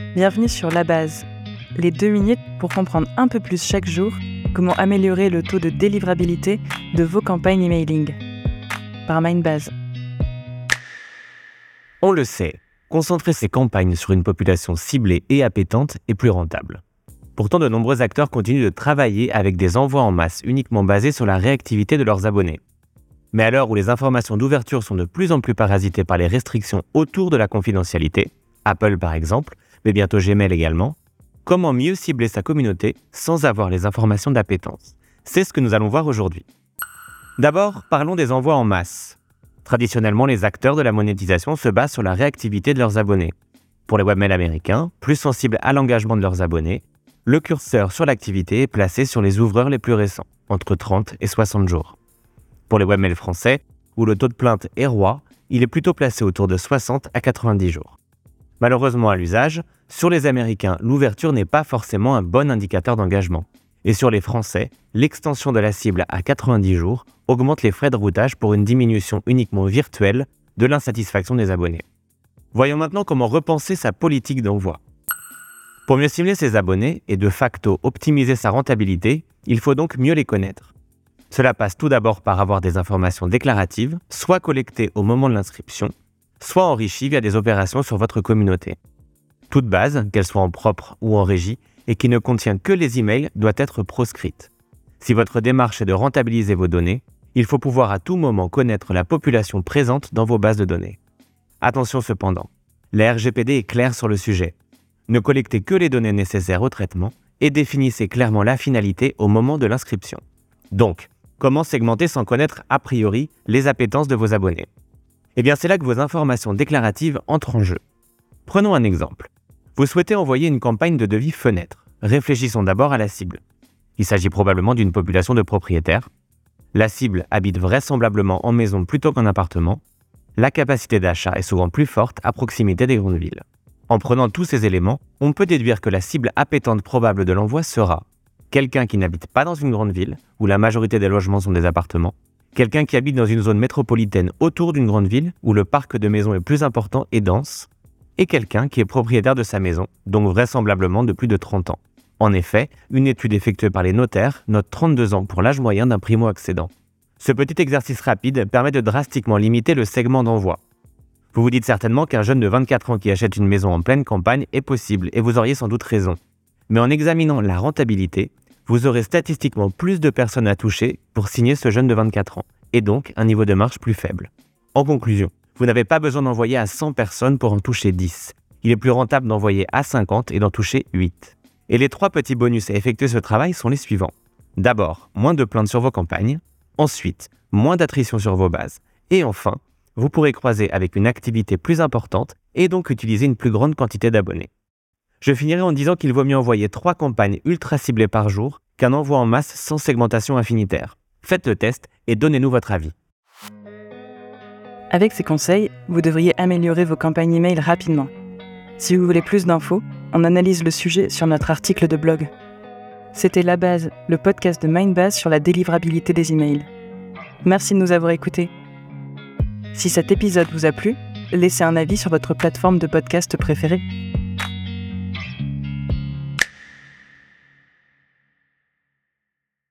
Bienvenue sur La Base, les 2 minutes pour comprendre un peu plus chaque jour comment améliorer le taux de délivrabilité de vos campagnes emailing. Par Mindbase. On le sait, concentrer ses campagnes sur une population ciblée et appétante est plus rentable. Pourtant, de nombreux acteurs continuent de travailler avec des envois en masse uniquement basés sur la réactivité de leurs abonnés. Mais à l'heure où les informations d'ouverture sont de plus en plus parasitées par les restrictions autour de la confidentialité, Apple par exemple, mais bientôt Gmail également, comment mieux cibler sa communauté sans avoir les informations d'appétence? C'est ce que nous allons voir aujourd'hui. D'abord, parlons des envois en masse. Traditionnellement, les acteurs de la monétisation se basent sur la réactivité de leurs abonnés. Pour les webmails américains, plus sensibles à l'engagement de leurs abonnés, le curseur sur l'activité est placé sur les ouvreurs les plus récents, entre 30 et 60 jours. Pour les webmails français, où le taux de plainte est roi, il est plutôt placé autour de 60 à 90 jours. Malheureusement à l'usage, sur les Américains, l'ouverture n'est pas forcément un bon indicateur d'engagement. Et sur les Français, l'extension de la cible à 90 jours augmente les frais de routage pour une diminution uniquement virtuelle de l'insatisfaction des abonnés. Voyons maintenant comment repenser sa politique d'envoi. Pour mieux cibler ses abonnés et de facto optimiser sa rentabilité, il faut donc mieux les connaître. Cela passe tout d'abord par avoir des informations déclaratives, soit collectées au moment de l'inscription, soit enrichies via des opérations sur votre communauté. Toute base, qu'elle soit en propre ou en régie, et qui ne contient que les emails, doit être proscrite. Si votre démarche est de rentabiliser vos données, il faut pouvoir à tout moment connaître la population présente dans vos bases de données. Attention cependant, la RGPD est claire sur le sujet. Ne collectez que les données nécessaires au traitement et définissez clairement la finalité au moment de l'inscription. Donc, comment segmenter sans connaître a priori les appétences de vos abonnés? Eh bien, c'est là que vos informations déclaratives entrent en jeu. Prenons un exemple. Vous souhaitez envoyer une campagne de devis fenêtre. Réfléchissons d'abord à la cible. Il s'agit probablement d'une population de propriétaires. La cible habite vraisemblablement en maison plutôt qu'en appartement. La capacité d'achat est souvent plus forte à proximité des grandes villes. En prenant tous ces éléments, on peut déduire que la cible appétente probable de l'envoi sera quelqu'un qui n'habite pas dans une grande ville, où la majorité des logements sont des appartements, quelqu'un qui habite dans une zone métropolitaine autour d'une grande ville, où le parc de maisons est plus important et dense, et quelqu'un qui est propriétaire de sa maison, donc vraisemblablement de plus de 30 ans. En effet, une étude effectuée par les notaires note 32 ans pour l'âge moyen d'un primo-accédant. Ce petit exercice rapide permet de drastiquement limiter le segment d'envoi. Vous vous dites certainement qu'un jeune de 24 ans qui achète une maison en pleine campagne est possible, et vous auriez sans doute raison. Mais en examinant la rentabilité, vous aurez statistiquement plus de personnes à toucher pour signer ce jeune de 24 ans, et donc un niveau de marge plus faible. En conclusion, vous n'avez pas besoin d'envoyer à 100 personnes pour en toucher 10. Il est plus rentable d'envoyer à 50 et d'en toucher 8. Et les 3 petits bonus à effectuer ce travail sont les suivants. D'abord, moins de plaintes sur vos campagnes. Ensuite, moins d'attrition sur vos bases. Et enfin, vous pourrez croiser avec une activité plus importante et donc utiliser une plus grande quantité d'abonnés. Je finirai en disant qu'il vaut mieux envoyer 3 campagnes ultra ciblées par jour qu'un envoi en masse sans segmentation infinitaire. Faites le test et donnez-nous votre avis. Avec ces conseils, vous devriez améliorer vos campagnes email rapidement. Si vous voulez plus d'infos, on analyse le sujet sur notre article de blog. C'était La Base, le podcast de Mindbase sur la délivrabilité des emails. Merci de nous avoir écoutés. Si cet épisode vous a plu, laissez un avis sur votre plateforme de podcast préférée.